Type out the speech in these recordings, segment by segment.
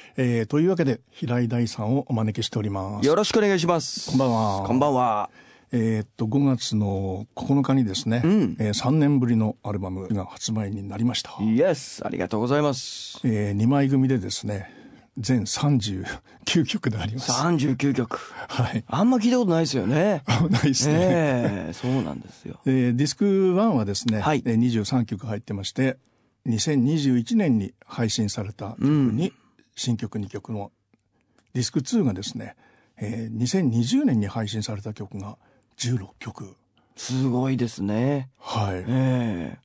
というわけで平井大さんをお招きしております。 よろしくお願いします。 こんばんは。 こんばんは。 5月の9日にですね、3年ぶりのアルバムが発売になりました。 イエス、ありがとうございます。 2枚組でですね、全39曲であります。 39曲。 はい。 あんま聞いたことないですよね。 ないですね。 そうなんですよ。 ディスク1はですね、 はい、 23曲入ってまして、2021年に配信された曲に新曲2曲のディスク2がですね、2020年に配信された曲が16曲。 すごいですね。 はい。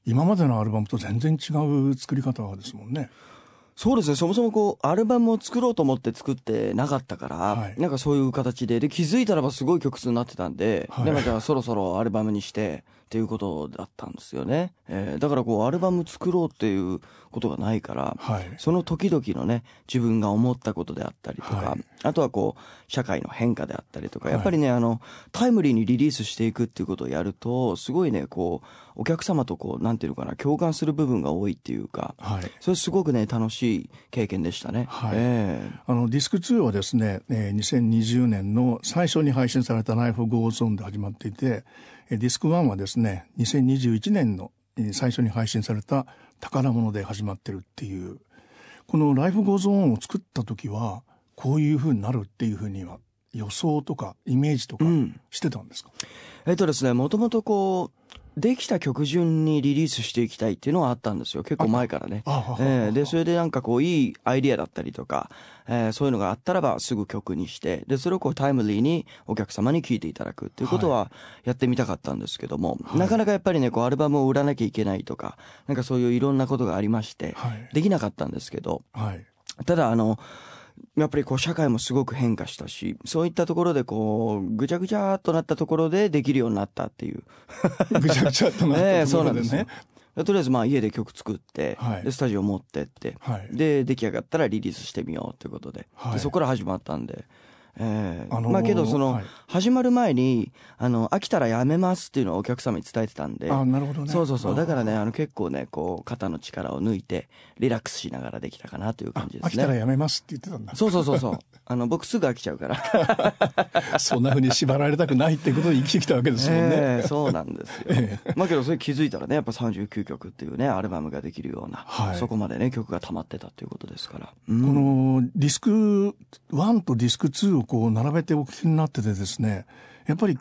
今までのアルバムと全然違う作り方ですもんね。 そうですね。そもそもアルバムを作ろうと思って作ってなかったから、はい、なんかそういう形で気づいたらばすごい曲数になってたんで、はい、じゃあそろそろアルバムにしてっていうことだったんですよね。だからアルバム作ろうっていうことがないから、はい、その時々のね、自分が思ったことであったりとか、はい、あとは社会の変化であったりとか、やっぱりね、タイムリーにリリースしていくっていうことをやると、すごいね、お客様となんていうのかな、共感する部分が多いっていうか、はい、それすごくね、楽しい経験でしたね。 はい。ディスク2はですね、2020年の最初に配信された Life Goes On で始まっていて、ディスク1はですね、2021年の最初に配信された宝物で始まってるっていう、この Life Goes On を作った時は、こういう風になるっていう風には予想とかイメージとかしてたんですか？ ですね、もともとできた曲順にリリースしていきたいっていうのはあったんですよ。結構前からね。で、それでなんかいいアイディアだったりとか、そういうのがあったらばすぐ曲にして、で、それをタイムリーにお客様に聴いていただくっていうことはやってみたかったんですけども、はい、なかなかやっぱりね、アルバムを売らなきゃいけないとか、なんかそういういろんなことがありまして、はい、できなかったんですけど、はい、ただやっぱり社会もすごく変化したし、そういったところでぐちゃぐちゃっとなったところでできるようになったっていう。 ぐちゃぐちゃっとなったところでね。 そうなんですよ。とりあえず家で曲作って、はい、でスタジオ持ってって、はい、で出来上がったらリリースしてみようということで、はい、でそこから始まったんで。けどはい、始まる前に飽きたらやめますっていうのをお客様に伝えてたんで、 なるほどね。 そうだからね、結構ね肩の力を抜いてリラックスしながらできたかなという感じですね。 飽きたらやめますって言ってたんだ。 そう僕すぐ飽きちゃうからそんな風に縛られたくないってことで生きてきたわけですもんね。 そうなんですよ。けどそれ気づいたらね、やっぱ39曲っていうねアルバムができるような、はい、そこまでね曲が溜まってたということですから、このディスク1とディスク2を並べてお聞きになっててですね、やっぱり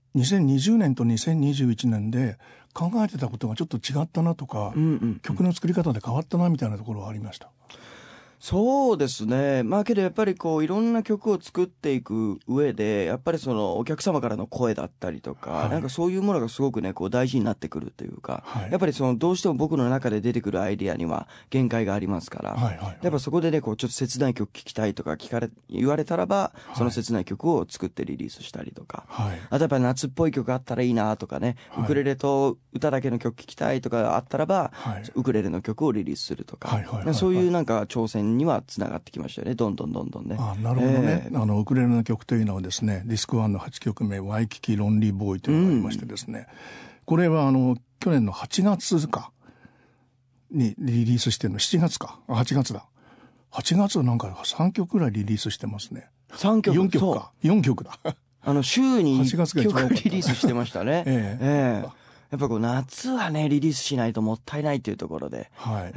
2020年と2021年で考えてたことがちょっと違ったなとか、曲の作り方で変わったなみたいなところはありました。 そうですね。けどやっぱりいろんな曲を作っていく上で、やっぱりお客様からの声だったりとか、はい、なんかそういうものがすごくね、大事になってくるというか、はい、やっぱりどうしても僕の中で出てくるアイディアには限界がありますから、やっぱそこでね、ちょっと切ない曲聴きたいとか言われたらば、その切ない曲を作ってリリースしたりとか、はい、あとやっぱり夏っぽい曲あったらいいなとかね、ウクレレと歌だけの曲聴きたいとかあったらば、ウクレレの曲をリリースするとか、そういうなんか挑戦にはつながってきましたよね。どんどんね。 なるほどね。ウクレレの曲というのはですね、ディスク1の8曲目、ワイキキロンリーボーイというのがありましてですね、これは去年の8月かにリリースしてるの、7月か。8月だ。8月はなんか3曲ぐらいリリースしてますね。 3曲 ?4 曲か。4曲だ。 週に1曲リリースしてましたね。やっぱ夏はね、リリースしないともったいないというところで。 はい。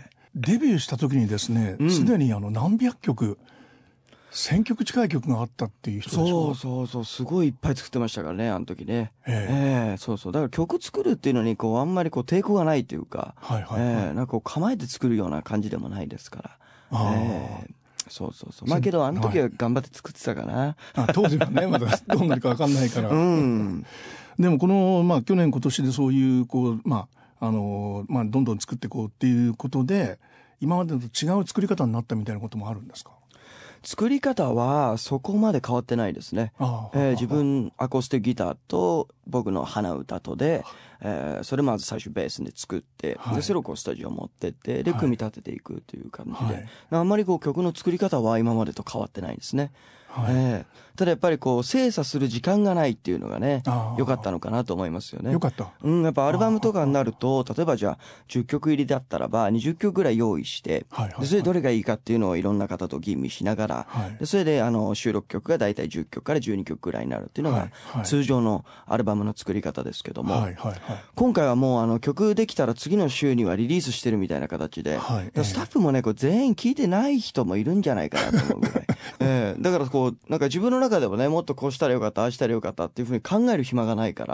デビューした時にですね、すでに何百曲、1000曲近い曲があったっていう人でしょ。 そう、すごいいっぱい作ってましたからね、あの時ね。そう。だから曲作るっていうのに、あんまり抵抗がないというか、なんか構えて作るような感じでもないですから。そう。けど、あの時は頑張って作ってたかな。 当時はね、まだどうなるか分かんないから。でも去年今年でそういうどんどん作っていこうっていうことで、今までと違う作り方になったみたいなこともあるんですか？ 作り方はそこまで変わってないですね。自分アコースティックギターと僕の鼻歌とで、それまず最初ベースで作って、でそれをスタジオ持ってってで組み立てていくという感じで、あんまり曲の作り方は今までと変わってないですね。 ただやっぱりこう精査する時間がないっていうのがね良かったのかなと思いますよね。 良かった。 やっぱアルバムとかになると例えばじゃあ10曲入りだったらば20曲ぐらい用意して、でそれどれがいいかっていうのをいろんな方と吟味しながら、でそれで収録曲がだいたい10曲から12曲ぐらいになるっていうのが通常のアルバムの作り方ですけども、今回はもう曲できたら次の週にはリリースしてるみたいな形で、スタッフもねこう全員聞いてない人もいるんじゃないかなと思うぐらい、だからこうなんか自分の中でもねもっとこうしたらよかったああしたらよかったっていうふうに考える暇がないから、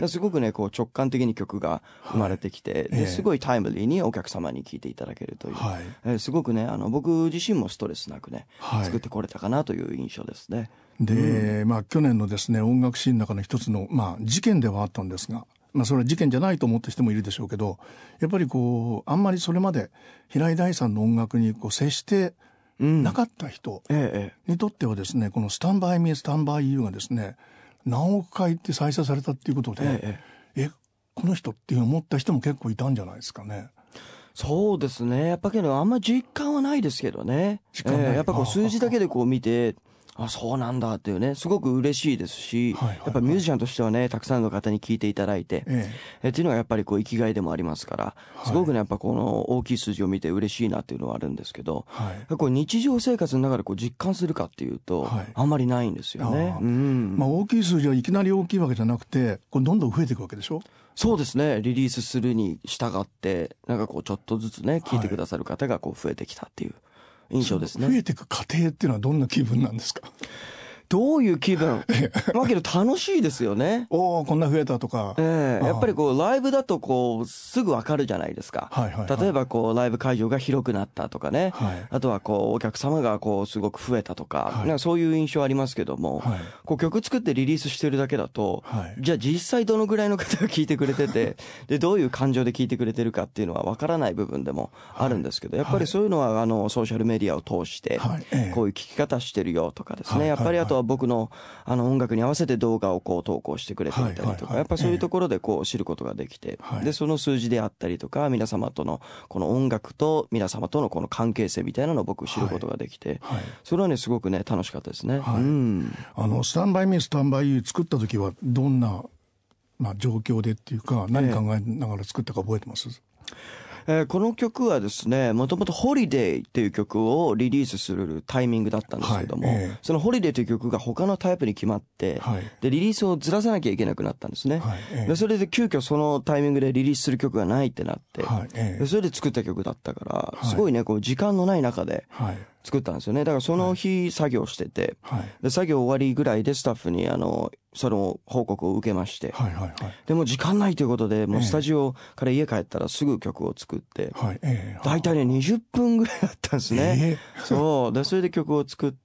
すごくねこう直感的に曲が生まれてきて、ですごいタイムリーにお客様に聴いていただけるという、すごくね僕自身もストレスなくね、作ってこれたかなという印象ですね。 で、去年のですね音楽シーンの中の一つの、事件ではあったんですが、それは事件じゃないと思った人もいるでしょうけど、やっぱりこうあんまりそれまで平井大さんの音楽にこう接してなかった人にとってはですね、このスタンバイミースタンバイユーがですね何億回って再生されたっていうことで、この人って思った人も結構いたんじゃないですかね。 そうですね。やっぱけどあんま実感はないですけどね。やっぱこう数字だけでこう見て、あ、そうなんだっていうね、すごく嬉しいですし、やっぱミュージシャンとしてはね、たくさんの方に聞いていただいて、っていうのがやっぱりこう生きがいでもありますから、すごくね、やっぱこの大きい数字を見て嬉しいなっていうのはあるんですけど、こう日常生活の中でこう実感するかっていうと、あんまりないんですよね。 大きい数字はいきなり大きいわけじゃなくて、これどんどん増えていくわけでしょ。 そうですね。リリースするに従って、なんかこうちょっとずつね、聞いてくださる方がこう増えてきたっていう印象ですね。 増えていく過程っていうのはどんな気分なんですか？ どういう気分けど楽しいですよね。 こんな増えたとか。 やっぱりこうライブだとこうすぐわかるじゃないですか。例えばこうライブ会場が広くなったとかね。あとはこうお客様がこうすごく増えたとか、なんかそういう印象ありますけども、こう曲作ってリリースしてるだけだと、じゃあ実際どのぐらいの方が聞いてくれてて、でどういう感情で聞いてくれてるかっていうのはわからない部分でもあるんですけど、やっぱりそういうのはソーシャルメディアを通して、こういう聞き方してるよとかですね。やっぱりあとは僕の音楽に合わせて動画をこう投稿してくれてみたりとか、やっぱそういうところでこう知ることができて、でその数字であったりとか皆様とのこの音楽と皆様とのこの関係性みたいなのを僕知ることができて、それはねすごくね楽しかったですね。 スタンバイミースタンバイユー作った時はどんな、状況でっていうか何考えながら作ったか覚えてます？ この曲はですね、もともとホリデーっていう曲をリリースするタイミングだったんですけども、そのホリデーという曲が他のタイプに決まって、でリリースをずらさなきゃいけなくなったんですね。でそれで急遽そのタイミングでリリースする曲がないってなって、でそれで作った曲だったから、すごいねこう時間のない中で作ったんですよね。だからその日作業してて、で作業終わりぐらいでスタッフにその報告を受けまして、でも時間ないということでもうスタジオから家帰ったらすぐ曲を作って、大体ね20分ぐらいだったんですね。そうでそれで曲を作って、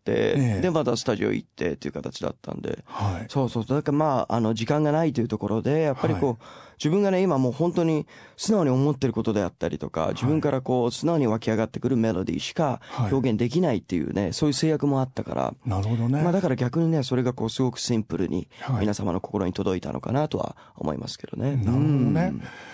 でまたスタジオ行ってっていう形だったんで、だから時間がないというところでやっぱりこう、自分がね今もう本当に素直に思ってることであったりとか、自分からこう素直に湧き上がってくるメロディーしか表現できないっていうね、そういう制約もあったから、 なるほどね。 だから逆にねそれがこうすごくシンプルに皆様の心に届いたのかなとは思いますけどね。 なるほどね。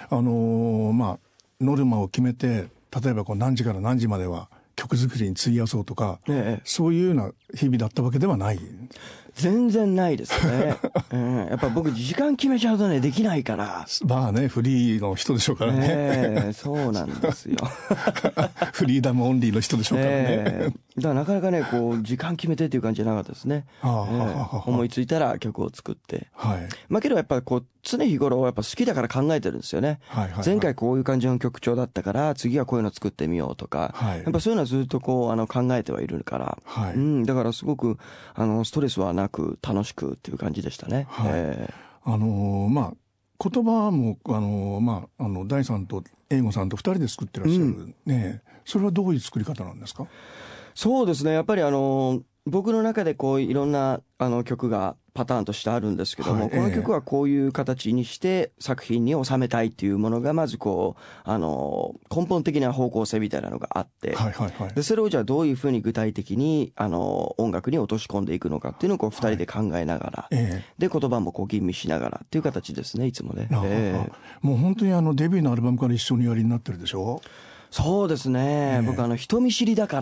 ノルマを決めて例えばこう何時から何時までは曲作りに費やそうとか、そういうような日々だったわけではない。 全然ないですね。やっぱ僕時間決めちゃうとねできないから。 フリーの人でしょうからね。 そうなんですよ。 フリーダムオンリーの人でしょうからね。 だからなかなかねこう時間決めてっていう感じじゃなかったですね。思いついたら曲を作って。けどやっぱこう常日頃やっぱ好きだから考えてるんですよね。前回こういう感じの曲調だったから次はこういうの作ってみようとか、やっぱそういうのはずっとこう考えてはいるから、だからすごくストレスはなく楽しくっていう感じでしたね。 言葉も大さんと英語さんと2人で作ってらっしゃる、それはどういう作り方なんですか？ そうですね、やっぱり僕の中でこういろんな曲がパターンとしてあるんですけども、この曲はこういう形にして作品に収めたいっていうものがまずこう根本的な方向性みたいなのがあって、でそれをじゃあどういうふうに具体的に音楽に落とし込んでいくのかっていうのをこう2人で考えながら、で言葉もこう吟味しながらっていう形ですね、いつもね。 もう本当にデビューのアルバムから一緒にやりになってるでしょ？ そうですね、僕人見知りだから、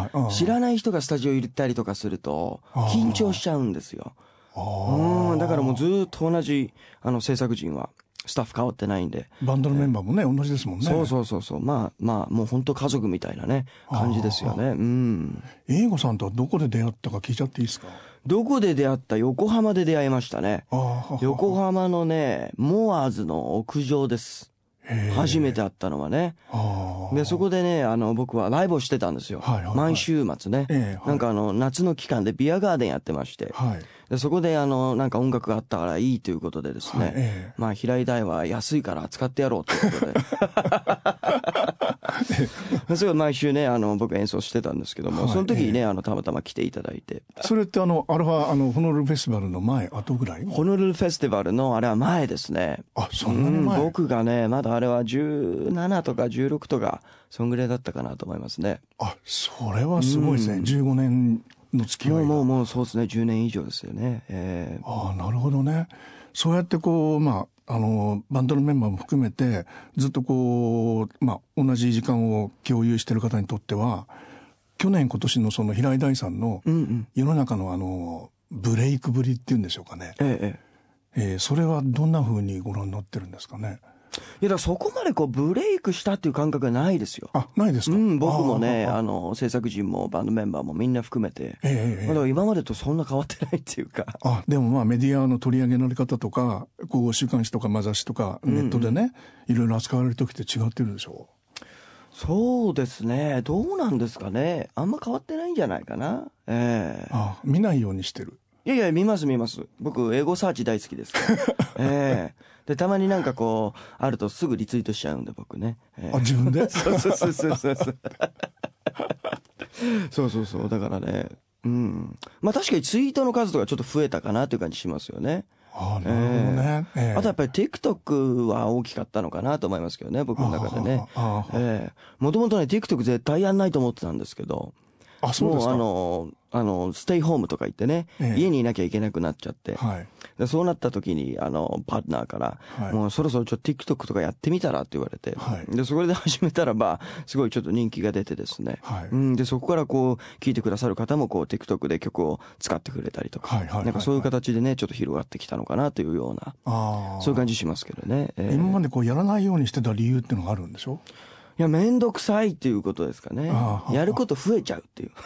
知らない人がスタジオ入れたりとかすると緊張しちゃうんですよ。だからもうずっと同じ制作陣はスタッフ変わってないんで、 バンドのメンバーもね、同じですもんね。 そうまあもう本当家族みたいなね感じですよね。 英語さんとはどこで出会ったか聞いちゃっていいですか？ どこで出会った？横浜で出会いましたね。横浜のねモアーズの屋上です。初めて会ったのはね。でそこでね僕はライブをしてたんですよ、毎週末ね、なんか夏の期間でビアガーデンやってまして、でそこでなんか音楽があったからいいということでですね、まあ平井大は安いから使ってやろうということでそれを毎週ね僕演奏してたんですけども、その時にねたまたま来ていただいて。 それってアルファホノルルフェスティバルの前後ぐらい？ ホノルルフェスティバルのあれは前ですね。 そんなに前？ 僕がねまだあれは17とか16とかそんぐらいだったかなと思いますね。 それはすごいですね。15年の付き合いが。 もうそうですね、10年以上ですよね。 なるほどね。そうやってこうバンドのメンバーも含めてずっとこう同じ時間を共有している方にとっては、去年今年のその平井大さんの世の中のブレイクぶりっていうんでしょうかね。それはどんな風にご覧になってるんですかね？ いやだからそこまでブレイクしたっていう感覚はないですよ。 ないですか？ 僕もね制作陣もバンドメンバーもみんな含めて、だから今までとそんな変わってないっていうか。 でもメディアの取り上げられ方とか週刊誌とか雑誌とかネットでね、いろいろ扱われる時って違ってるでしょう？ そうですね、どうなんですかね。あんま変わってないんじゃないかな。 見ないようにしてる？ いや見ます。僕英語サーチ大好きですから。でたまになんかあるとすぐリツイートしちゃうんで僕ね。 自分で？ そうだからね、確かにツイートの数とかちょっと増えたかなという感じしますよね。 なるほどね。 あとやっぱり TikTok は大きかったのかなと思いますけどね、僕の中でね。もともとね TikTok 絶対やんないと思ってたんですけど、 そうですか。 もうステイホームとか言ってね、家にいなきゃいけなくなっちゃって、でそうなった時にパートナーから、もうそろそろちょっと TikTok とかやってみたらって言われて、でそれで始めたらすごいちょっと人気が出てですね、でそこから聴いてくださる方もTikTok で曲を使ってくれたりとか、なんかそういう形でねちょっと広がってきたのかなというような、そういう感じしますけどね。 今までやらないようにしてた理由っていうのがあるんでしょ？ いや、めんどくさいっていうことですかね。やること増えちゃうっていう。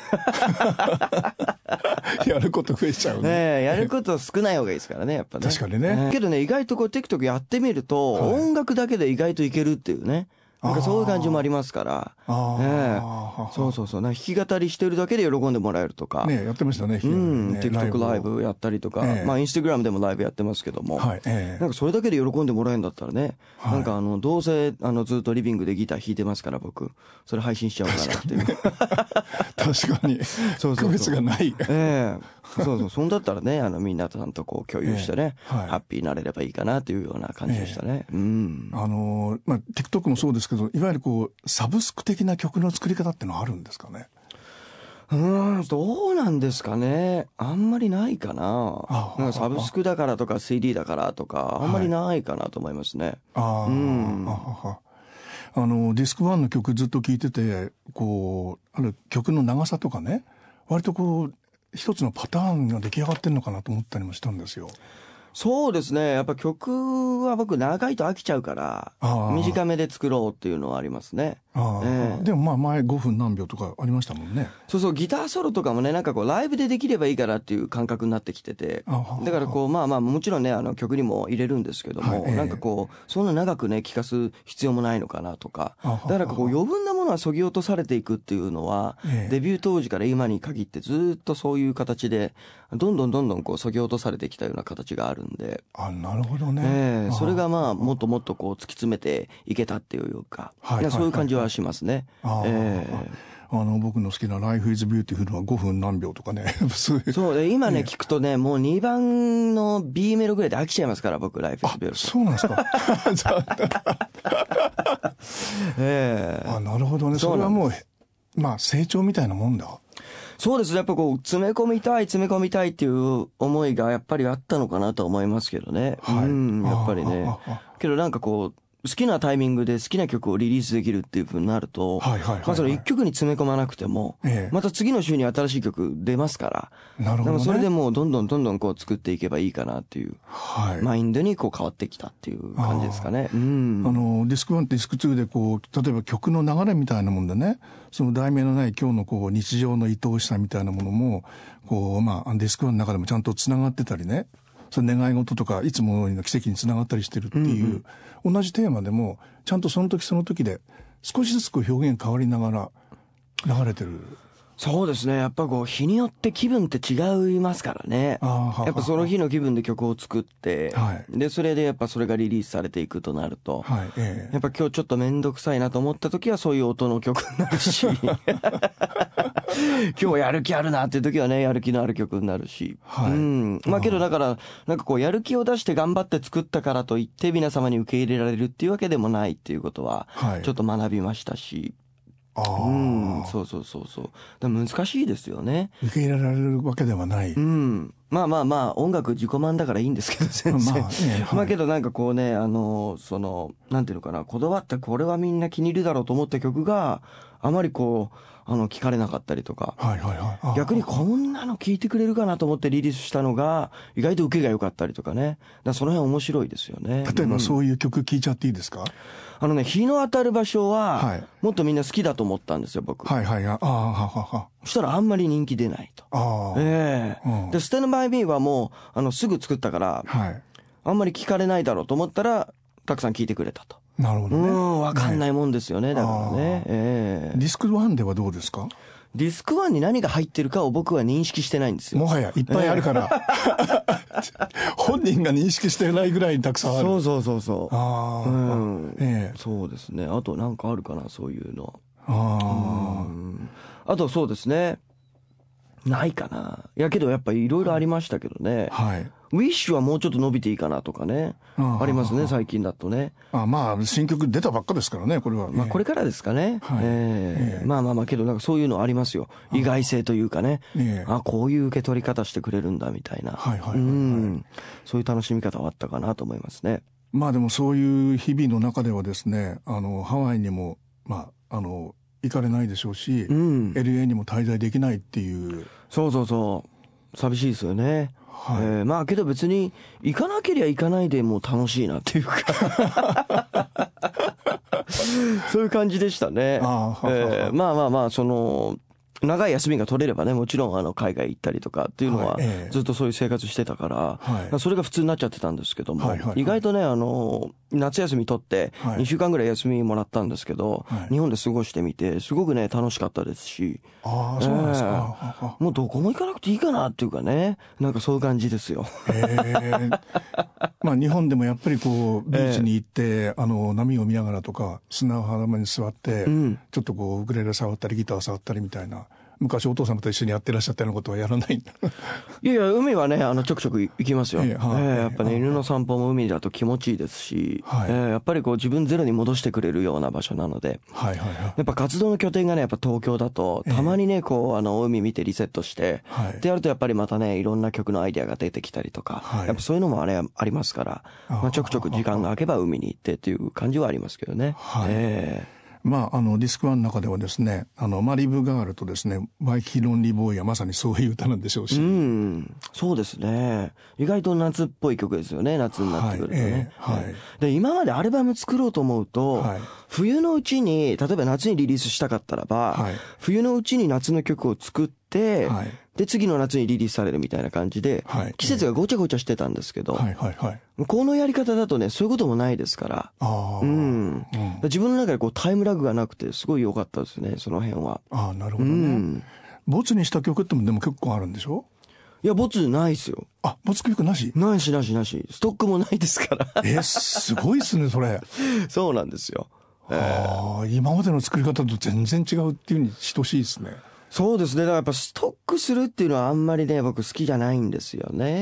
やること増えちゃうね。 やること少ない方がいいですからね、やっぱね。 確かにね。 けどね、意外とTikTok やってみると、音楽だけで意外といけるっていうね。なんかそういう感じもありますから。そう弾き語りしてるだけで喜んでもらえるとかね、やってましたね。 TikTok ライブやったりとか、Instagram でもライブやってますけども、なんかそれだけで喜んでもらえるんだったらね、なんかどうせずっとリビングでギター弾いてますから僕それ配信しちゃおうかなっていう。 確かに区別がない。 そんだったらねみんなさんと共有してね、ハッピーになれればいいかなというような感じでしたね。 TikTok もそうですけど、いわゆるサブスク的な曲の作り方ってのはあるんですかね？ どうなんですかね。あんまりないかな。なんかサブスクだからとか CD だからとかあんまりないかなと思いますね。 ディスク1の曲ずっと聴いててある曲の長さとかね、割と一つのパターンが出来上がってるのかなと思ったりもしたんですよ。 そうですね、やっぱ曲は僕長いと飽きちゃうから短めで作ろうっていうのはありますね。 でも前5分何秒とかありましたもんね。 そうギターソロとかもね、なんかライブでできればいいからっていう感覚になってきてて、だからもちろんね曲にも入れるんですけども、なんかそんな長くね聴かす必要もないのかなとか、だから余分なものは削ぎ落とされていくっていうのは、デビュー当時から今に限ってずっとそういう形でどんどん削ぎ落とされてきたような形があるんで。 なるほどね。 それがもっともっと突き詰めていけたっていうか、そういう感じはしますね。 僕の好きな Life is Beautiful は5分何秒とかね。 そうで今ね聞くとね、もう2番の B メロぐらいで飽きちゃいますから僕 Life is Beautiful。 そうなんですか。なるほどね。それはもう成長みたいなもんだ。 そうですね、やっぱ詰め込みたいっていう思いがやっぱりあったのかなと思いますけどね。やっぱりね。けどなんか好きなタイミングで好きな曲をリリースできるっていう風になると、その1曲に詰め込まなくても、また次の週に新しい曲出ますから、 なるほどね。 それでもうどんどんこう作っていけばいいかなっていう、マインドにこう変わってきたっていう感じですかね。 ディスク1、ディスク2でこう、例えば曲の流れみたいなもんでね、その題名のない今日のこう日常の愛おしさみたいなものも、こう、ディスク1の中でもちゃんとつながってたりね、その願い事とかいつもの奇跡につながったりしてるっていう、同じテーマでもちゃんとその時その時で少しずつこう表現変わりながら流れてる。 そうですね。やっぱこう日によって気分って違いますからね。やっぱその日の気分で曲を作って、でそれでやっぱそれがリリースされていくとなると、やっぱ今日ちょっとめんどくさいなと思った時はそういう音の曲になるし今日やる気あるなっていう時はね、やる気のある曲になるし、けどだからなんかこうやる気を出して頑張って作ったからといって皆様に受け入れられるっていうわけでもないっていうことはちょっと学びましたし、そう。難しいですよね。 受け入れられるわけではない。 音楽自己満だからいいんですけど、先生。けどなんかこうね、なんていうのかな、こだわってこれはみんな気に入るだろうと思った曲が、あまりこう、聞かれなかったりとか。逆にこんなの聴いてくれるかなと思ってリリースしたのが、意外と受けが良かったりとかね。その辺面白いですよね。 例えばそういう曲聴いちゃっていいですか？ 日の当たる場所は、もっとみんな好きだと思ったんですよ、僕。そしたらあんまり人気出ないと。で、ステンドバイミーはもう、すぐ作ったから、あんまり聞かれないだろうと思ったら、たくさん聞いてくれたと。 なるほどね。 わかんないもんですよね、だからね。 ディスク1ではどうですか？ ディスク1に何が入ってるかを僕は認識してないんですよ。 もはやいっぱいあるから。本人が認識してないぐらいにたくさんある。 そう。そうですね。あとなんかあるかな、そういうの。あとそうですね。ないかな。けどやっぱりいろいろありましたけどね。ウィッシュはもうちょっと伸びていいかなとかね。ありますね、最近だとね。 新曲出たばっかですからね、これは。 これからですかね。けどなんかそういうのありますよ。意外性というかね。こういう受け取り方してくれるんだみたいな。そういう楽しみ方はあったかなと思いますね。 でもそういう日々の中ではですね、ハワイにも、行かれないでしょうし、LA にも滞在できないっていう。 寂しいですよね。けど別に行かなければ行かないでもう楽しいなっていうかそういう感じでしたね。長い休みが取れればね、もちろん海外行ったりとかっていうのはずっとそういう生活してたから、それが普通になっちゃってたんですけども、意外とね、夏休み取って2週間ぐらい休みもらったんですけど、日本で過ごしてみてすごくね楽しかったですし、 そうなんですか。 もうどこも行かなくていいかなっていうかね、なんかそういう感じですよ。 日本でもやっぱりこうビーチに行って、波を見ながらとか砂浜に座って、ちょっとこうウクレレ触ったりギター触ったりみたいな、昔お父様と一緒にやってらっしゃったようなことはやらないんだ。 いや海はねちょくちょく行きますよ。やっぱね犬の散歩も海だと気持ちいいですし、やっぱりこう自分ゼロに戻してくれるような場所なので、やっぱ活動の拠点がねやっぱ東京だとたまにねこう海見てリセットして、でやるとやっぱりまたねいろんな曲のアイデアが出てきたりとか、やっぱそういうのもありますから、ちょくちょく時間が空けば海に行ってっていう感じはありますけどね。 ディスク1の中ではですね、マリブガールとですね、ワイキキロンリーボーイはまさにそういう歌なんでしょうし。 そうですね。意外と夏っぽい曲ですよね、夏になってくるとね。で、今までアルバム作ろうと思うと、冬のうちに、例えば夏にリリースしたかったらば、冬のうちに夏の曲を作って、で、次の夏にリリースされるみたいな感じで、季節がごちゃごちゃしてたんですけど、このやり方だとね、そういうこともないですから、自分の中でこうタイムラグがなくて、すごい良かったですね、その辺は。 なるほどね。ボツにした曲ってもでも結構あるんでしょ？ いや、ボツないですよ。 ボツ曲なし？ なし。ストックもないですから。 すごいっすね、それ。 そうなんですよ。 今までの作り方と全然違うっていうに等しいですね。 そうですね。だからやっぱストックするっていうのはあんまりね、僕好きじゃないんですよね。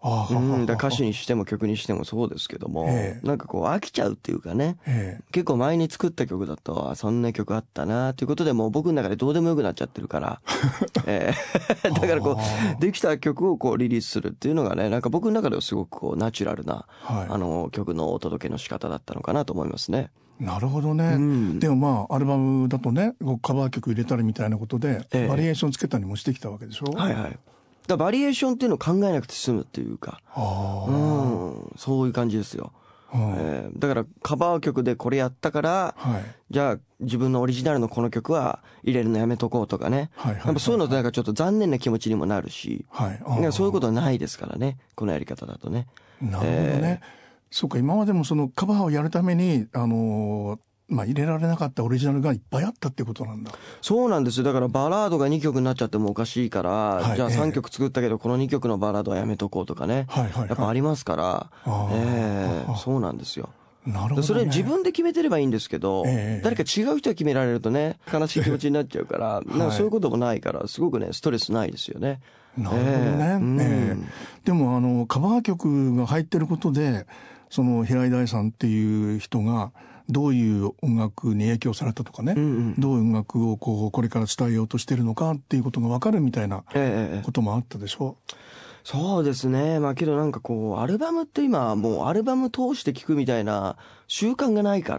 だから歌詞にしても曲にしてもそうですけども、なんかこう飽きちゃうっていうかね、結構前に作った曲だとそんな曲あったなということで、もう僕の中でどうでもよくなっちゃってるからだからこうできた曲をこうリリースするっていうのがね、なんか僕の中ではすごくこうナチュラルな、曲のお届けの仕方だったのかなと思いますね。 なるほどね、でもまあアルバムだとね、カバー曲入れたりみたいなことで、バリエーションつけたりもしてきたわけでしょ。だバリエーションっていうのを考えなくて済むっていうか、そういう感じですよ。だからカバー曲でこれやったから、じゃあ自分のオリジナルのこの曲は入れるのやめとこうとかね、やっぱそういうのってなんかちょっと残念な気持ちにもなるし、そういうことはないですからね、このやり方だとね。 なるほどね、そうか、今までもそのカバーをやるために入れられなかったオリジナルがいっぱいあったってことなんだ。 そうなんですよ。だからバラードが2曲になっちゃってもおかしいから、じゃあ3曲作ったけどこの2曲のバラードはやめとこうとかね、やっぱありますから、そうなんですよ。 なるほどね、 それ自分で決めてればいいんですけど、誰か違う人が決められるとね、悲しい気持ちになっちゃうからなんかそういうこともないから、すごくねストレスないですよね。 なるほどね、でもカバー曲が入ってることで、その平井大さんっていう人がどういう音楽に影響されたとかね、どういう音楽をこれから伝えようとしてるのかっていうことが分かるみたいなこともあったでしょ。 そうですね。けどなんかこうアルバムって今もうアルバム通して聴くみたいな習慣がないから、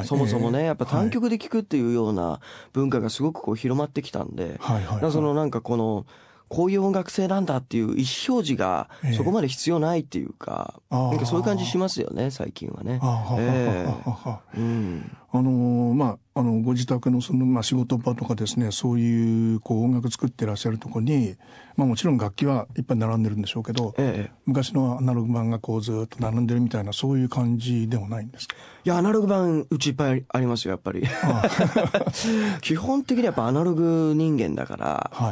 そもそもねやっぱ単曲で聴くっていうような文化がすごくこう広まってきたんで、そのなんかこういう音楽性なんだっていう意思表示がそこまで必要ないっていうか、なんかそういう感じしますよね、最近はね。 ご自宅の仕事場とかですね、そういう音楽作ってらっしゃるところに、もちろん楽器はいっぱい並んでるんでしょうけど、昔のアナログ版がずっと並んでるみたいな、そういう感じでもないんですか？ いや、アナログ版うちいっぱいありますよ、やっぱり。基本的にやっぱアナログ人間だから、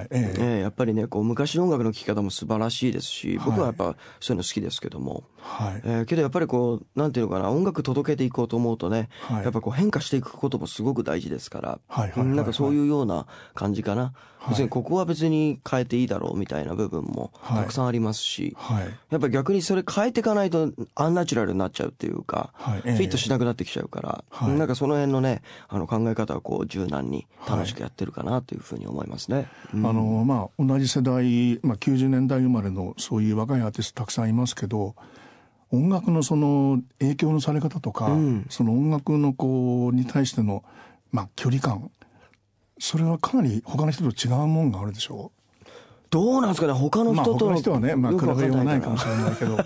やっぱりね昔の音楽の聴き方も素晴らしいですし、僕はやっぱそういうの好きですけども、けどやっぱりなんていうのかな、音楽届けていこうと思うとね、やっぱ変化していくこともすごく大事ですから、なんかそういうような感じかな。別にここは別に変えていいだろうみたいな部分もたくさんありますし、やっぱり逆にそれ変えていかないとアンナチュラルになっちゃうっていうか、フィットしなくなってきちゃうから、なんかその辺のね考え方は柔軟に楽しくやってるかなというふうに思いますね。 同じ世代、90年代生まれのそういう若いアーティストたくさんいますけど、音楽のその影響のされ方とか、その音楽のに対しての距離感、それはかなり他の人と違うもんがあるでしょう。 どうなんですかね、他の人と他の人はね、比べようがないかもしれないけど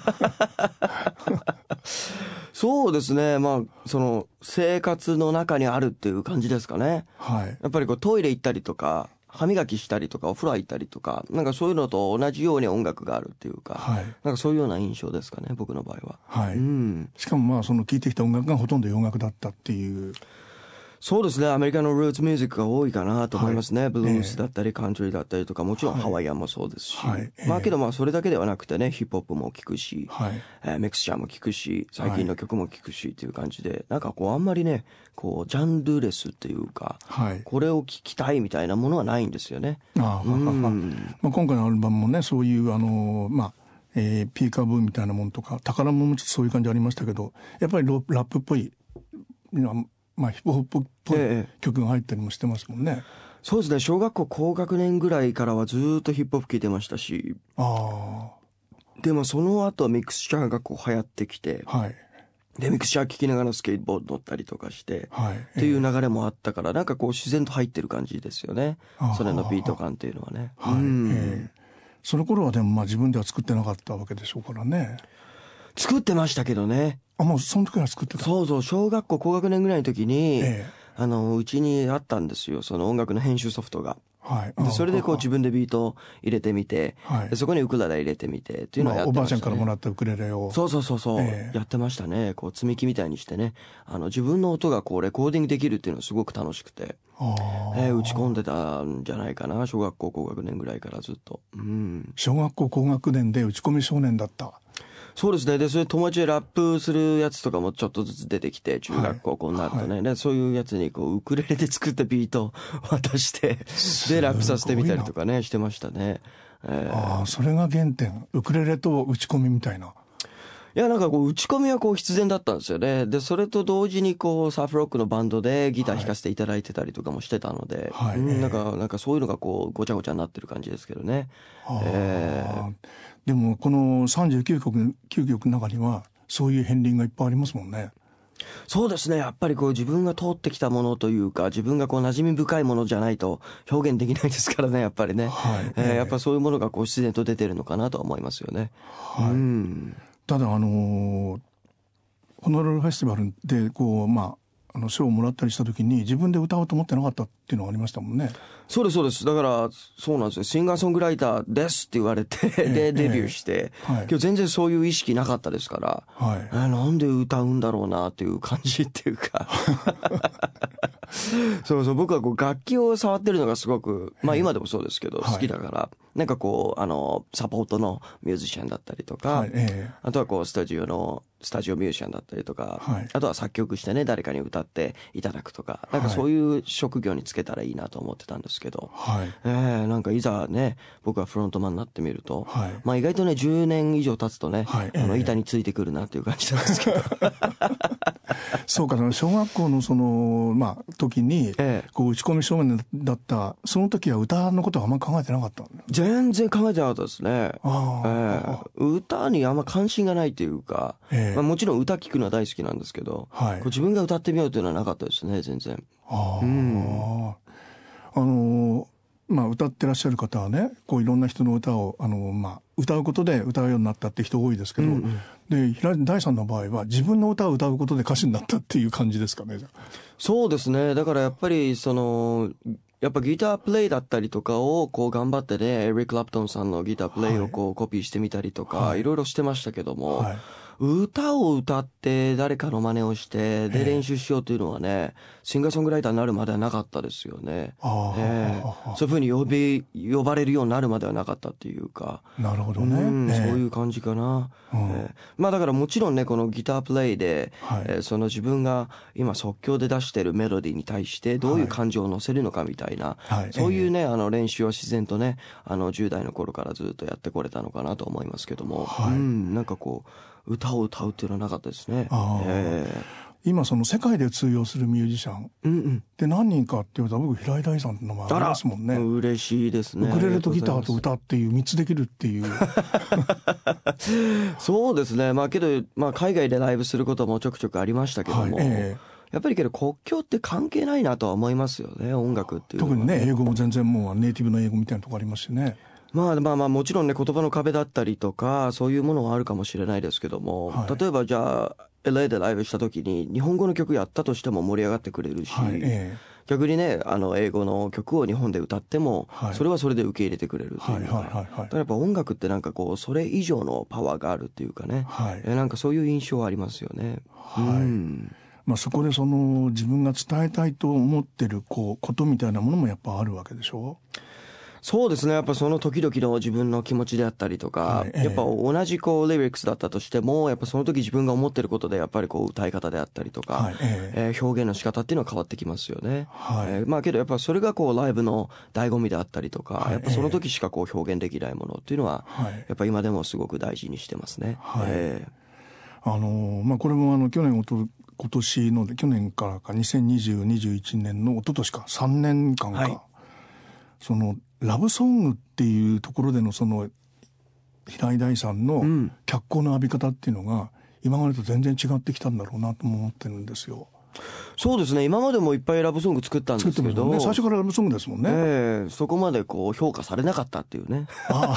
そうですね、その生活の中にあるっていう感じですかね。やっぱりトイレ行ったりとか歯磨きしたりとかお風呂行ったりとか、なんかそういうのと同じように音楽があるっていうか、なんかそういうような印象ですかね、僕の場合は。 しかもその聴いてきた音楽がほとんど洋楽だったっていう。 そうですね、アメリカのルーツミュージックが多いかなと思いますね。ブルースだったりカントリーだったりとか、もちろんハワイアンもそうですし、けどそれだけではなくてね、ヒップホップも聴くし、ミクスチャーも聴くし、最近の曲も聴くしっていう感じで、なんかあんまりねジャンルレスっていうか、これを聴きたいみたいなものはないんですよね。 今回のアルバムもね、そういうピーカーブーみたいなものとか、宝物もちょっとそういう感じありましたけど、やっぱりラップっぽいヒップホップっぽい曲が入ったりもしてますもんね。 そうですね、小学校高学年ぐらいからはずっとヒップホップ聴いてましたし、でもその後ミクスチャーが流行ってきて、でミクスチャー聴きながらスケートボード乗ったりとかして、っていう流れもあったから、なんか自然と入ってる感じですよね、それのビート感っていうのはね。 その頃はでも自分では作ってなかったわけでしょうからね。 作ってましたけどね。 もうその時から作ってた。 そうそう、小学校高学年ぐらいの時に、うちにあったんですよ、その音楽の編集ソフトが。でそれで自分でビートを入れてみて、でそこにウクレレ入れてみてっていうのをやってましたね。おばあちゃんからもらったウクレレを。 そう、やってましたね。積み木みたいにしてね、自分の音がレコーディングできるっていうのがすごく楽しくて、打ち込んでたんじゃないかな、小学校高学年ぐらいからずっと。 小学校高学年で打ち込み少年だった。 そうですね。で、それ友達でラップするやつとかもちょっとずつ出てきて、中学高校になるとね、でそういうやつにこうウクレレで作ったビートを渡して、で、ラップさせてみたりとかね、してましたね。 ああ、それが原点。ウクレレと打ち込みみたいな。 いや、なんかこう、打ち込みはこう必然だったんですよね。で、それと同時にこう、サーフロックのバンドでギター弾かせていただいてたりとかもしてたので、 はいなんかそういうのがこう、ごちゃごちゃになってる感じですけどね。 でも、この39曲の中には、そういう片鱗がいっぱいありますもんね。 そうですね。やっぱりこう自分が通ってきたものというか、自分がこう馴染み深いものじゃないと表現できないですからね、やっぱりね。やっぱそういうものがこう自然と出てるのかなとは思いますよね。 ただホノルルフェスティバルでこう賞をもらったりした時に自分で歌おうと思ってなかったっていうのがありましたもんね。 そうですそうです。だからそうなんですよ。シンガーソングライターですって言われて、でデビューして、今日全然そういう意識なかったですから、なんで歌うんだろうなっていう感じっていうかそうそう、僕はこう楽器を触ってるのがすごく、今でもそうですけど好きだから、なんかこうサポートのミュージシャンだったりとか、あとはこうスタジオミュージシャンだったりとか、あとは作曲してね、誰かに歌っていただくとか、なんかそういう職業に就けたらいいなと思ってたんですけど、なんかいざね、僕がフロントマンになってみると、意外とね、10年以上経つとね、板についてくるなっていう感じなんですけどそうか、小学校の時にこう打ち込み少年だったその時は歌のことはあんまり考えてなかったんだ。 全然考えてなかったですね。歌にあんま関心がないっていうか、もちろん歌聴くのは大好きなんですけど、こう自分が歌ってみようというのはなかったですね、全然。 歌ってらっしゃる方はね、こういろんな人の歌を歌うことで歌うようになったって人多いですけど、で平井大さんの場合は自分の歌を歌うことで歌手になったっていう感じですかね。 そうですね。だからやっぱりやっぱギタープレイだったりとかをこう頑張ってね、エリック・クラプトンさんのギタープレイをこうコピーしてみたりとか、いろいろしてましたけども、歌を歌って誰かの真似をしてで練習しようというのはね、シンガーソングライターになるまではなかったですよね。そういうふうに呼ばれるようになるまではなかったっていうか。 なるほどね。 そういう感じかな。だからもちろんね、このギタープレイで、その自分が今即興で出してるメロディーに対してどういう感情を乗せるのかみたいな、そういうね、練習は自然とね、10代の頃からずっとやってこれたのかなと思いますけども、なんかこう歌を歌うっていうのはなかったですね。 今その世界で通用するミュージシャンで何人かって言うと僕平井大さんの名前ありますもんね。 嬉しいですね。 ウクレレとギターと歌っていう3つできるっていうそうですね。けど海外でライブすることもちょくちょくありましたけども、やっぱりけど国境って関係ないなとは思いますよね、音楽っていうのは。 特にね、英語も全然もうネイティブの英語みたいなとこありますしね。 もちろんね、言葉の壁だったりとかそういうものはあるかもしれないですけども、例えばじゃあ LA でライブした時に日本語の曲やったとしても盛り上がってくれるし、逆にね、英語の曲を日本で歌っても、それはそれで受け入れてくれるっていうか、だからやっぱ音楽ってなんかこうそれ以上のパワーがあるっていうかね、なんかそういう印象はありますよね。 そこでその自分が伝えたいと思ってることみたいなものもやっぱあるわけでしょ。 そうですね。やっぱその時々の自分の気持ちであったりとか、やっぱ同じリリックスだったとしても、やっぱその時自分が思ってることでやっぱり歌い方であったりとか、表現の仕方っていうのは変わってきますよね。けどやっぱそれがライブの醍醐味であったりとか、やっぱその時しか表現できないものっていうのは、やっぱ今でもすごく大事にしてますね。 これも今年の去年からか2020、21年の一昨年か3年間か、そのラブソングっていうところでのその平井大さんの脚光の浴び方っていうのが今までと全然違ってきたんだろうなと思ってるんですよ。 そうですね。今までもいっぱいラブソング作ったんですけど、 最初からラブソングですもんね。 そこまで評価されなかったっていうね。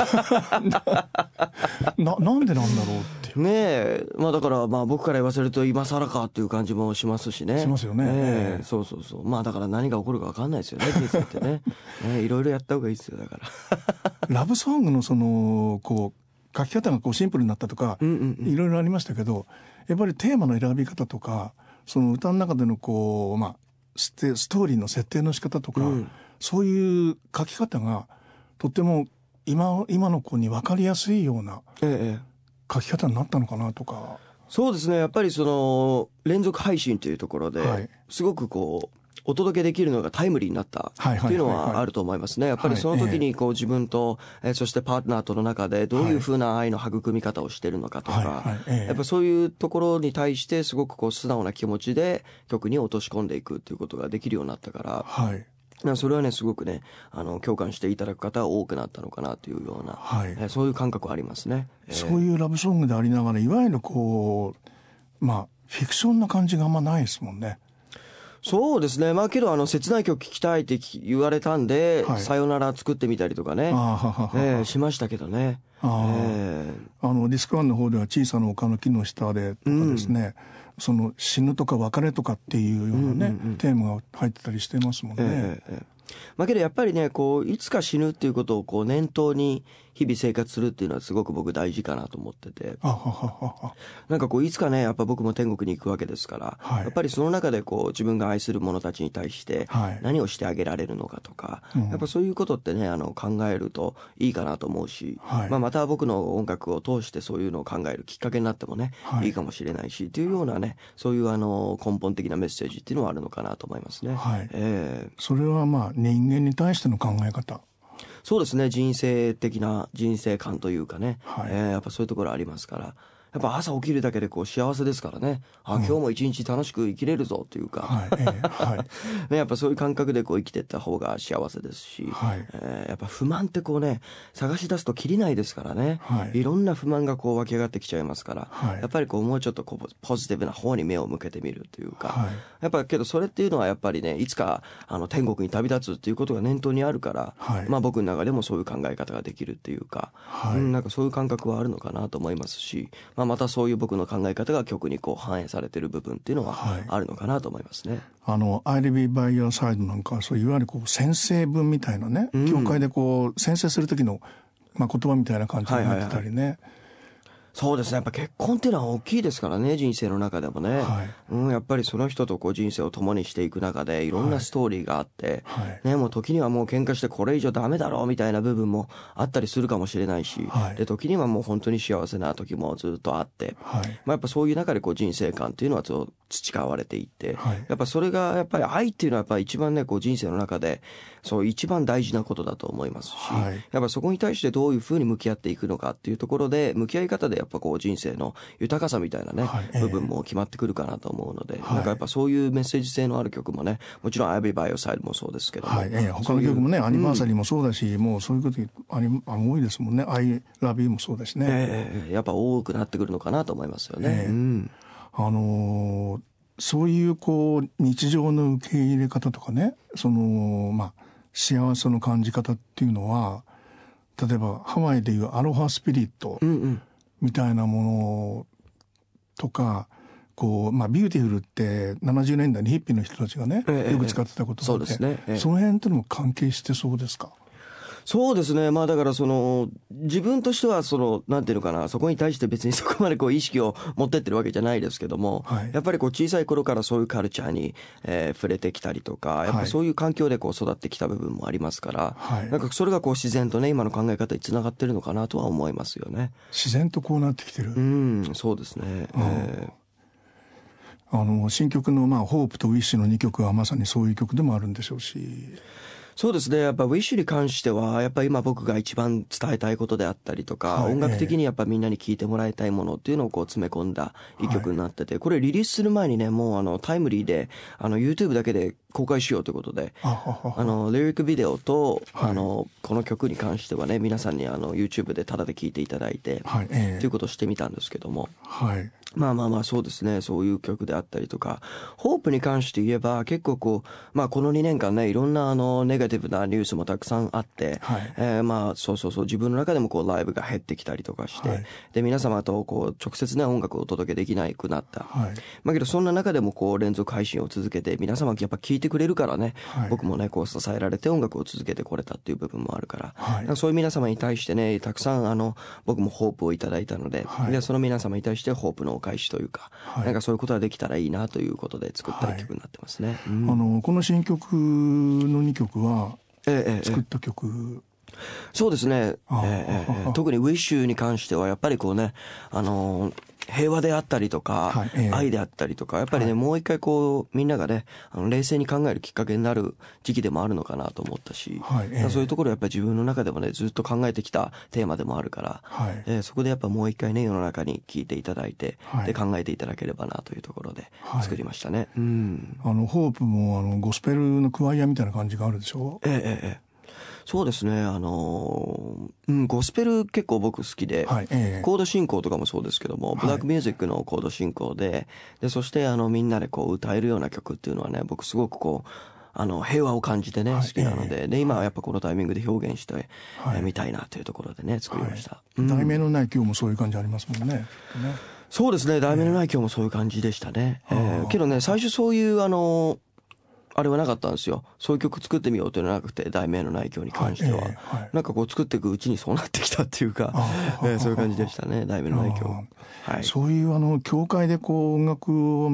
なんでなんだろうってねえ、だから僕から言わせると今更かっていう感じもしますしね。 しますよね。 そうだから何が起こるか分かんないですよね、人生ってね。いろいろやった方がいいですよ、だからラブソングのその書き方がシンプルになったとか、いろいろありましたけど、やっぱりテーマの選び方とか、その歌の中でのストーリーの設定の仕方とか、そういう書き方がとっても今の子に分かりやすいような、 書き方になったのかなとか。 そうですね、やっぱりその連続配信というところで、はい、すごくこうお届けできるのがタイムリーになったっていうのはあると思いますね。やっぱりその時にこう自分と、そしてパートナーとの中でどういうふうな愛の育み方をしてるのかとか、やっぱそういうところに対してすごくこう素直な気持ちで曲に落とし込んでいくっていうことができるようになったから、はい、それはねすごくね共感していただく方が多くなったのかなというような、はい、そういう感覚はありますね。 そういうラブソングでありながらいわゆるこうまあフィクションな感じがあんまないですもんね。 そうですね。まあけど切ない曲聴きたいって言われたんで、はい、さよなら作ってみたりとかね、しましたけどね。 ディスクワンの方では小さな丘の木の下でとかですね、その死ぬとか別れとかっていうようなね、テーマが入ってたりしてますもんね。 まあけどやっぱりねこういつか死ぬっていうことをこう念頭に日々生活するっていうのはすごく僕大事かなと思ってて、なんかこういつかねやっぱ僕も天国に行くわけですから、はい、やっぱりその中でこう自分が愛する者たちに対して何をしてあげられるのかとか、はい、やっぱそういうことってね考えるといいかなと思うし、はい、また僕の音楽を通してそういうのを考えるきっかけになってもね、はい、いいかもしれないしというようなねそういう根本的なメッセージっていうのはあるのかなと思いますね。 はい、それはまあ人間に対しての考え方。 そうですね、人生的な人生観というかね、はい、やっぱそういうところありますから、やっぱ朝起きるだけでこう幸せですからね、今日も一日楽しく生きれるぞというか、ね、やっぱそういう感覚でこう生きていった方が幸せですし、はい、やっぱ不満ってこうね探し出すときりないですからね、はい、いろんな不満がこう湧き上がってきちゃいますから、はい、やっぱりこうもうちょっとこうポジティブな方に目を向けてみるというか、はい、やっぱけどそれっていうのはやっぱりねいつか天国に旅立つっていうことが念頭にあるから、はい、僕の中でもそういう考え方ができるっていうか、はい、なんかそういう感覚はあるのかなと思いますし、またそういう僕の考え方が曲にこう反映されてる部分っていうのはあるのかなと思いますね。 I'll be by your side なんかそういわゆるこう宣誓文みたいなね、教会でこう宣誓する時の言葉みたいな感じになってたりね、 そうですね、やっぱ結婚っていうのは大きいですからね、人生の中でもね、はい、やっぱりその人とこう人生を共にしていく中でいろんなストーリーがあって、はいね、もう時にはもう喧嘩してこれ以上ダメだろうみたいな部分もあったりするかもしれないし、はい、で時にはもう本当に幸せな時もずっとあって、はいやっぱそういう中でこう人生観っていうのは培われていって、はい、やっぱそれがやっぱり愛っていうのはやっぱり一番ねこう人生の中でそう一番大事なことだと思いますし、はい、やっぱそこに対してどういうふうに向き合っていくのかっていうところで向き合い方でやっぱこう人生の豊かさみたいなね、はい、部分も決まってくるかなと思うので、なんかやっぱそういうメッセージ性のある曲もね、もちろん I'll be by your side もそうですけども、 はい他の曲もねアニバーサリーもそうだし、もうそういうこと多いですもんね。 I love you もそうですね、 やっぱ多くなってくるのかなと思いますよね、 そういうこう日常の受け入れ方とかね、その幸せの感じ方っていうのは、例えばハワイでいうアロハスピリットみたいなものとか、こうビューティフルって70年代にヒッピーの人たちがね、よく使ってたことがあって、そうですね、その辺っていうのも関係してそうですか？ そうですね。だから自分としてはなんていうのかな、そこに対して別にそこまでこう意識を持ってってるわけじゃないですけども、はい、やっぱりこう小さい頃からそういうカルチャーに、触れてきたりとか、やっぱそういう環境でこう育ってきた部分もありますから、はい、なんかそれがこう自然とね、今の考え方につながってるのかなとは思いますよね。 自然とこうなってきてる。 そうですね。 新曲のホープとウィッシュの2曲はまさにそういう曲でもあるんでしょうし。 そうですね。やっぱウィッシュに関してはやっぱり今僕が一番伝えたいことであったりとか、はい、音楽的にやっぱみんなに聴いてもらいたいものっていうのをこう詰め込んだ一曲になってて、はい、これリリースする前にね、もうタイムリーでYouTube だけで公開しようということで、リリックビデオと、はい、この曲に関してはね、皆さんにYouTube でタダで聴いていただいて、はいということをしてみたんですけども、はい、そうですね、そういう曲であったりとか、ホープに関して言えば結構こう、この2年間ね、いろんなネガティブなニュースもたくさんあって、はい、そう自分の中でもこうライブが減ってきたりとかして、はい、で皆様とこう直接ね音楽をお届けできなくなった、はい、けどそんな中でもこう連続配信を続けて皆様やっぱ聞いてくれるからね、はい、僕もねこう支えられて音楽を続けてこれたっていう部分もあるから、はい、そういう皆様に対してねたくさん僕もホープをいただいたので、はい、でその皆様に対してホープのお返しというか、はい、なんかそういうことができたらいいなということで作った一曲になってますね、 この新曲の2曲は作った曲、 そうですね。特にウィッシュに関してはやっぱりこうね、平和であったりとか、はい、愛であったりとか、やっぱりね、はい、もう一回こうみんながね、冷静に考えるきっかけになる時期でもあるのかなと思ったし、はい、そういうところやっぱり自分の中でもね、ずっと考えてきたテーマでもあるから、はい、そこでやっぱもう一回ね、世の中に聞いていただいて、はい、で考えていただければなというところで作りましたね。はい、うん。 ホープもゴスペルのクワイアみたいな感じがあるでしょ？ そうですね。ゴスペル結構僕好きで、はい、コード進行とかもそうですけども、ブラックミュージックのコード進行で、そしてみんなでこう歌えるような曲っていうのはね、僕すごくこう、平和を感じてね、はい、好きなので、で、今はやっぱこのタイミングで表現して、みたいなというところでね、作りました。 はい、題名のない今日もそういう感じありますもんね。 そうですね。題名のない今日もそういう感じでしたね。けどね、最初そういうあれはなかったんですよ。そういう曲作ってみようというのはなくて、題名のない今日に関しては。なんかこう作っていくうちにそうなってきたっていうか、そういう感じでしたね、題名のない今日。 はい、そういう教会でこう音楽を、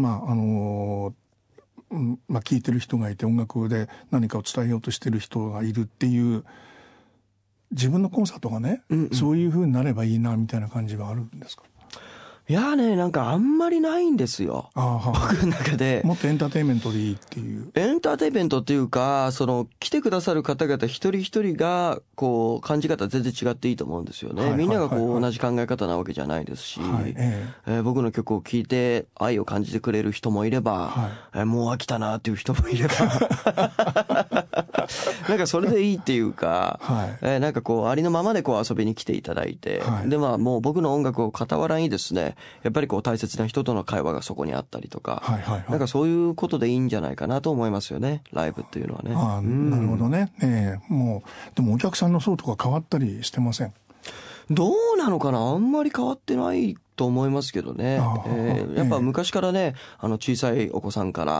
聴いてる人がいて、音楽で何かを伝えようとしてる人がいるっていう、自分のコンサートがね、そういう風になればいいな、みたいな感じはあるんですか？ いやね、なんかあんまりないんですよ。僕の中で。 もっとエンターテインメントでいいっていう。 エンターテインメントっていうか、来てくださる方々一人一人が、こう、感じ方全然違っていいと思うんですよね。みんながこう、同じ考え方なわけじゃないですし、僕の曲を聴いて愛を感じてくれる人もいれば、もう飽きたなっていう人もいれば、なんかそれでいいっていうか、なんかこう、ありのままでこう遊びに来ていただいて、で、もう僕の音楽を傍らにですね、やっぱりこう大切な人との会話がそこにあったりとか、なんかそういうことでいいんじゃないかなと思いますよね、ライブっていうのはね。 なるほどね。もう、でもお客さんの層とか変わったりしてません？ どうなのかな、あんまり変わってないと思いますけどね。やっぱ昔からね、小さいお子さんから、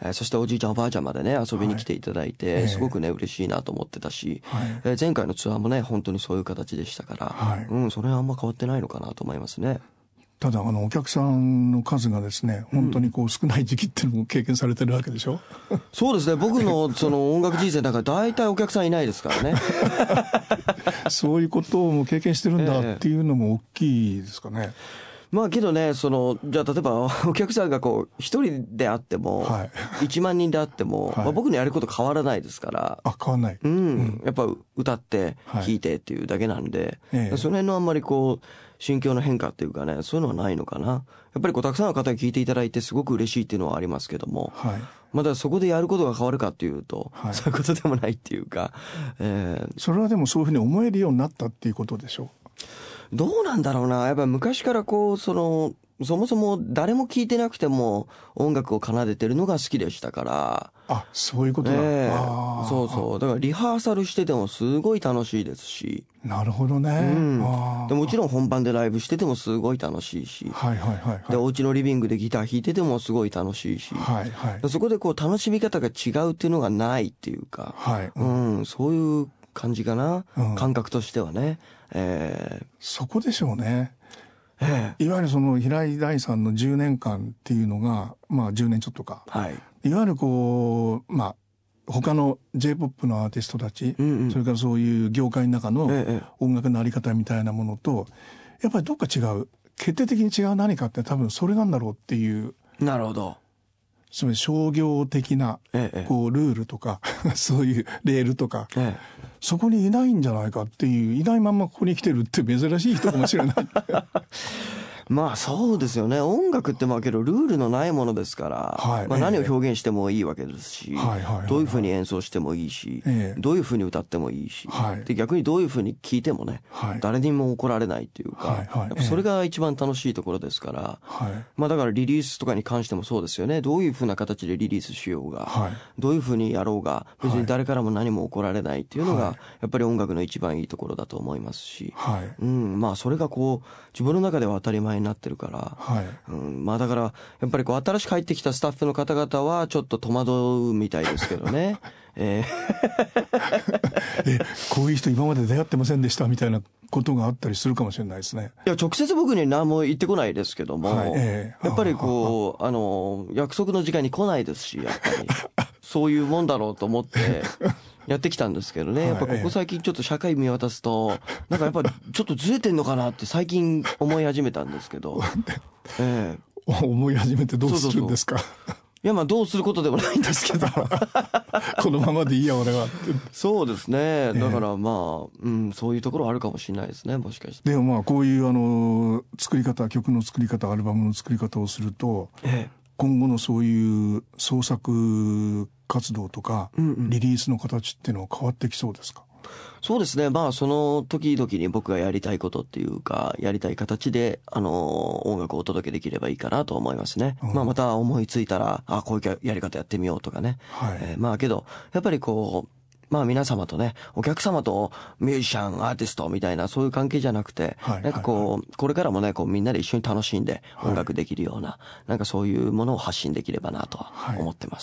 そしておじいちゃんおばあちゃんまでね、遊びに来ていただいて、すごくね、嬉しいなと思ってたし、前回のツアーもね、本当にそういう形でしたから、それはあんま変わってないのかなと思いますね。 ただお客さんの数がですね、本当にこう少ない時期っていうのも経験されてるわけでしょ？ そうですね。僕のその音楽人生の中で大体お客さんいないですからね。 そういうことを経験してるんだっていうのも大きいですかね。 まあけどね、じゃあ例えばお客さんがこう一人であっても、1万人であっても、僕のやること変わらないですから。 変わらない。 やっぱ歌って弾いてっていうだけなんで、その辺のあんまりこう心境の変化っていうかね、そういうのはないのかな。やっぱりこうたくさんの方に聞いていただいてすごく嬉しいっていうのはありますけども、まだそこでやることが変わるかっていうと、そういうことでもないっていうか、 それはでもそういうふうに思えるようになったっていうことでしょう？ どうなんだろうな。やっぱり昔からこう、そもそも誰も聴いてなくても音楽を奏でてるのが好きでしたから。 そういうことだ。 そうそう。だからリハーサルしててもすごい楽しいですし。 なるほどね。 でもちろん本番でライブしててもすごい楽しいし。で、お家のリビングでギター弾いててもすごい楽しいし。そこでこう楽しみ方が違うっていうのがないっていうか。そういう感じかな。感覚としてはね。 そこでしょうね。いわゆるその平井大さんの10年間っていうのが、10年ちょっとか。いわゆるこう、他の J-POP のアーティストたち、それからそういう業界の中の音楽のあり方みたいなものと、やっぱりどっか違う、決定的に違う何かって多分それなんだろうっていう。 なるほど。 つまり商業的なこうルールとかそういうレールとか、そこにいないんじゃないかっていう、いないまんまここに来てるって珍しい人かもしれない。 まあそうですよね。音楽ってけどルールのないものですから、何を表現してもいいわけですし、どういうふうに演奏してもいいし、どういうふうに歌ってもいいし、で逆にどういうふうに聴いてもね、誰にも怒られないっていうか、やっぱそれが一番楽しいところですから、だからリリースとかに関してもそうですよね。どういうふうな形でリリースしようが、どういうふうにやろうが、別に誰からも何も怒られないっていうのが、やっぱり音楽の一番いいところだと思いますし、それがこう、自分の中では当たり前になってるから、だからやっぱりこう新しく入ってきたスタッフの方々はちょっと戸惑うみたいですけどね。 こういう人今まで出会ってませんでしたみたいなことがあったりするかもしれないですね。 いや直接僕に何も言ってこないですけども、やっぱりこう約束の時間に来ないですし、やっぱりそういうもんだろうと思ってやってきたんですけどね、やっぱここ最近ちょっと社会見渡すと、なんかやっぱちょっとずれてんのかなって最近思い始めたんですけど。 思い始めてどうするんですか？ いや、まあどうすることでもないんですけど。 このままでいいや俺はって。 そうですね。だからまあ、そういうところあるかもしれないですね、もしかして。 でもまあこういう作り方、曲の作り方、アルバムの作り方をすると、今後のそういう創作活動とか、リリースの形っていうのは変わってきそうですか？ そうですね。まあ、その時々に僕がやりたいことっていうか、やりたい形で、音楽をお届けできればいいかなと思いますね。まあ、また思いついたら、こういうやり方やってみようとかね。まあ、けど、やっぱりこう、まあ皆様とね、お客様とミュージシャン、アーティストみたいなそういう関係じゃなくて、なんかこう、これからもね、こうみんなで一緒に楽しんで音楽できるような、なんかそういうものを発信できればなとは思ってます。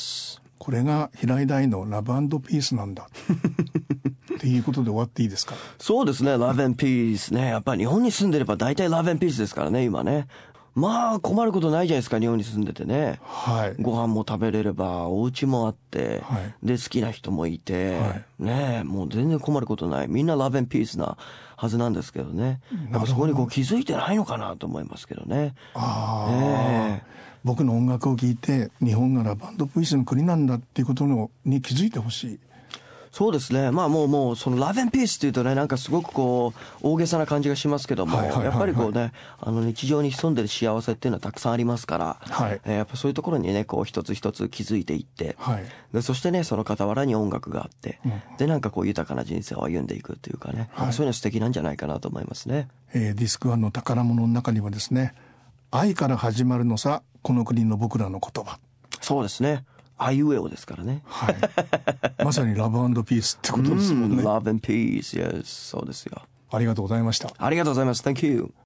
これが平井大のラブ&ピースなんだ。っていうことで終わっていいですか？ そうですね、ラブ&ピースね。やっぱり日本に住んでれば大体ラブ&ピースですからね、今ね。まあ困ることないじゃないですか、日本に住んでてね。ご飯も食べれれば、お家もあって、で、好きな人もいて、ね、もう全然困ることない。みんなラブ&ピースなはずなんですけどね。やっぱそこにこう気づいてないのかなと思いますけどね。 僕の音楽を聴いて、日本がラブ&ピースの国なんだっていうことに気づいてほしい。 そうですね。まあもうそのラブ&ピースっていうとね、なんかすごくこう大げさな感じがしますけども、やっぱりこうね、日常に潜んでる幸せっていうのはたくさんありますから、やっぱそういうところにね、こう一つ一つ気づいていって、でそしてね、その傍らに音楽があって、でなんかこう豊かな人生を歩んでいくっていうかね、そういうの素敵なんじゃないかなと思いますね。 ディスクワンの宝物の中にはですね、愛から始まるのさ、この国の僕らの言葉。 そうですね。あいうえおですからね。 まさにラブ&ピースってことですもんね。 ラブ&ピース、yes、そうですよ。 ありがとうございました。 ありがとうございます。Thank you。